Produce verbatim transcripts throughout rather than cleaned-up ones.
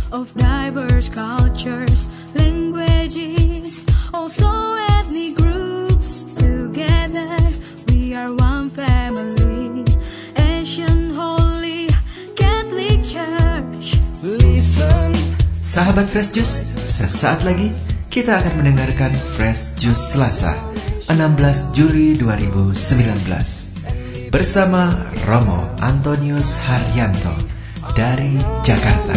of diverse cultures, languages, also ethnic groups. Together we are one family, Asian Holy Catholic Church. Listen. Sahabat Fresh Juice, sesaat lagi kita akan mendengarkan Fresh Juice Selasa, enam belas Juli dua ribu sembilan belas bersama Romo Antonius Haryanto dari Jakarta.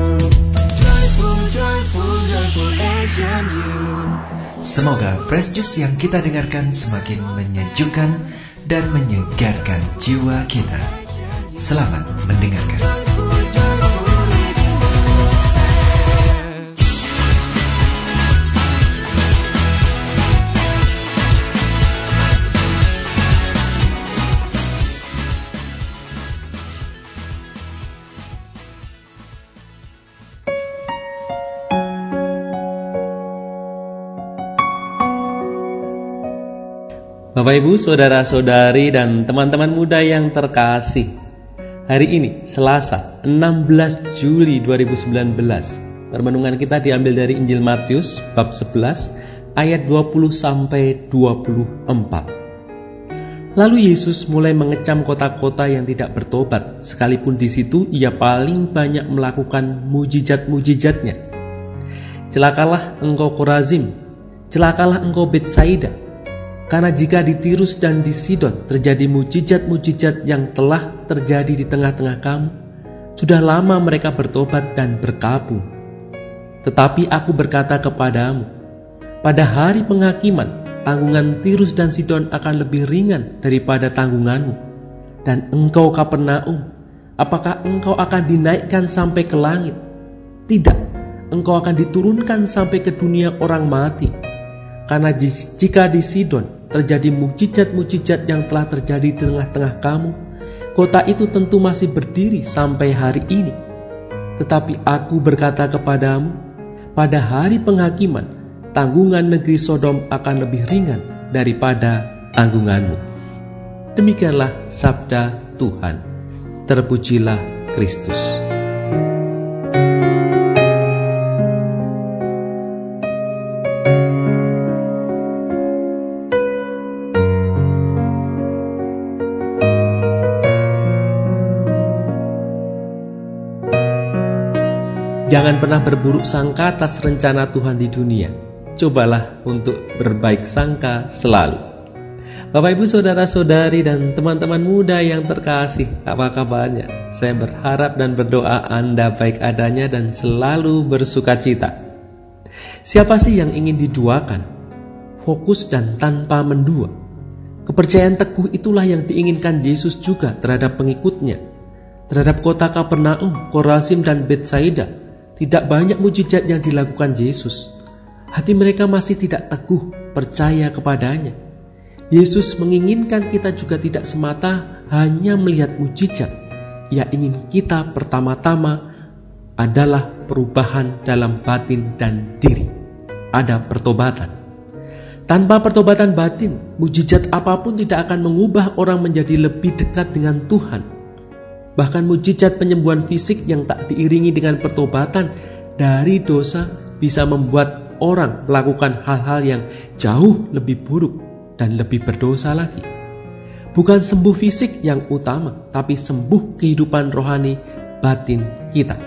Semoga Fresh Juice yang kita dengarkan semakin menyejukkan dan menyegarkan jiwa kita. Selamat mendengarkan. Bapak Ibu, saudara-saudari dan teman-teman muda yang terkasih, hari ini Selasa enam belas Juli dua ribu sembilan belas, permenungan kita diambil dari Injil Matius bab sebelas ayat dua puluh sampai dua puluh empat. Lalu Yesus mulai mengecam kota-kota yang tidak bertobat, sekalipun di situ ia paling banyak melakukan mujizat-mujizatnya. Celakalah engkau Korazim, celakalah engkau Betsaida. Karena jika di Tirus dan di Sidon terjadi mujizat-mujizat yang telah terjadi di tengah-tengah kamu, sudah lama mereka bertobat dan berkabung. Tetapi aku berkata kepadamu, pada hari penghakiman, tanggungan Tirus dan Sidon akan lebih ringan daripada tanggunganmu. Dan engkau Kapernaum, apakah engkau akan dinaikkan sampai ke langit? Tidak, engkau akan diturunkan sampai ke dunia orang mati. Karena jika di Sidon terjadi mujizat-mujizat yang telah terjadi di tengah-tengah kamu, kota itu tentu masih berdiri sampai hari ini. Tetapi aku berkata kepadamu, pada hari penghakiman, tanggungan negeri Sodom akan lebih ringan daripada tanggunganmu. Demikianlah sabda Tuhan. Terpujilah Kristus. Jangan pernah berburuk sangka atas rencana Tuhan di dunia. Cobalah untuk berbaik sangka selalu. Bapak Ibu, saudara-saudari dan teman-teman muda yang terkasih, apa kabarnya? Saya berharap dan berdoa Anda baik adanya dan selalu bersukacita. Siapa sih yang ingin diduakan? Fokus dan tanpa mendua. Kepercayaan teguh itulah yang diinginkan Yesus juga terhadap pengikutnya. Terhadap kota Kapernaum, Korazim dan Betsaida, tidak banyak mujizat yang dilakukan Yesus. Hati mereka masih tidak teguh percaya kepadanya. Yesus menginginkan kita juga tidak semata hanya melihat mujizat. Ia ingin kita pertama-tama adalah perubahan dalam batin dan diri. Ada pertobatan. Tanpa pertobatan batin, mujizat apapun tidak akan mengubah orang menjadi lebih dekat dengan Tuhan. Bahkan mujizat penyembuhan fisik yang tak diiringi dengan pertobatan dari dosa bisa membuat orang melakukan hal-hal yang jauh lebih buruk dan lebih berdosa lagi. Bukan sembuh fisik yang utama, tapi sembuh kehidupan rohani batin kita.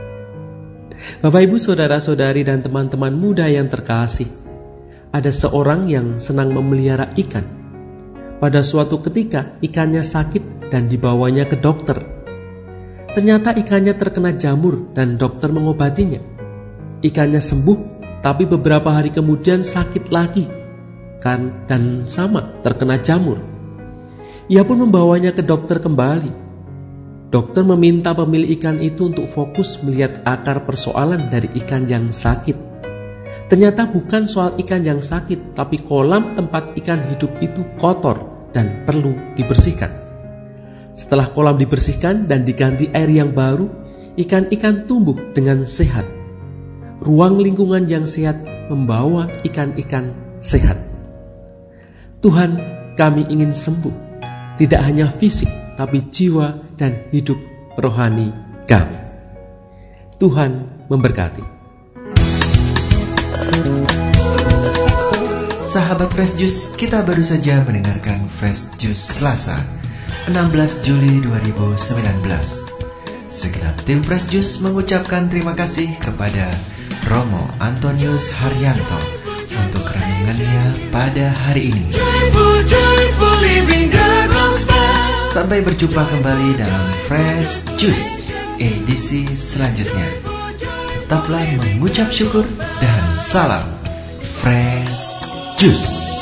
Bapak Ibu, saudara-saudari dan teman-teman muda yang terkasih, ada seorang yang senang memelihara ikan. Pada suatu ketika ikannya sakit dan dibawanya ke dokter. Ternyata ikannya terkena jamur dan dokter mengobatinya. Ikannya sembuh, tapi beberapa hari kemudian sakit lagi kan dan sama terkena jamur. Ia pun membawanya ke dokter kembali. Dokter meminta pemilik ikan itu untuk fokus melihat akar persoalan dari ikan yang sakit. Ternyata bukan soal ikan yang sakit, tapi kolam tempat ikan hidup itu kotor dan perlu dibersihkan. Setelah kolam dibersihkan dan diganti air yang baru, ikan-ikan tumbuh dengan sehat. Ruang lingkungan yang sehat membawa ikan-ikan sehat. Tuhan, kami ingin sembuh, tidak hanya fisik, tapi jiwa dan hidup rohani kami. Tuhan, memberkati. Sahabat Fresh Juice, kita baru saja mendengarkan Fresh Juice Selasa, enam belas Juli dua ribu sembilan belas. Segenap tim Fresh Juice mengucapkan terima kasih kepada Romo Antonius Haryanto untuk renungannya pada hari ini. Sampai berjumpa kembali dalam Fresh Juice edisi selanjutnya. Tetaplah mengucap syukur dan salam Fresh Juice.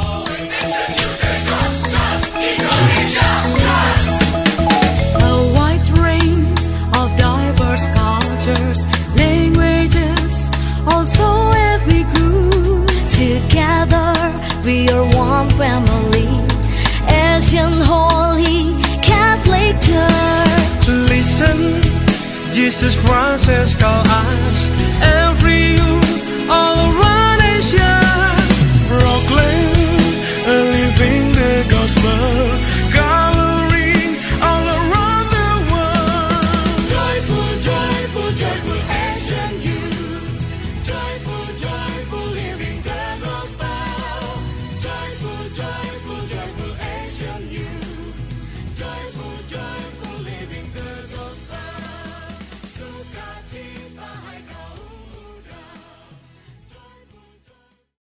Cultures, languages, also ethnic groups. Together we are one family, Asian Holy Catholic Church. Listen, Jesus Christ has called us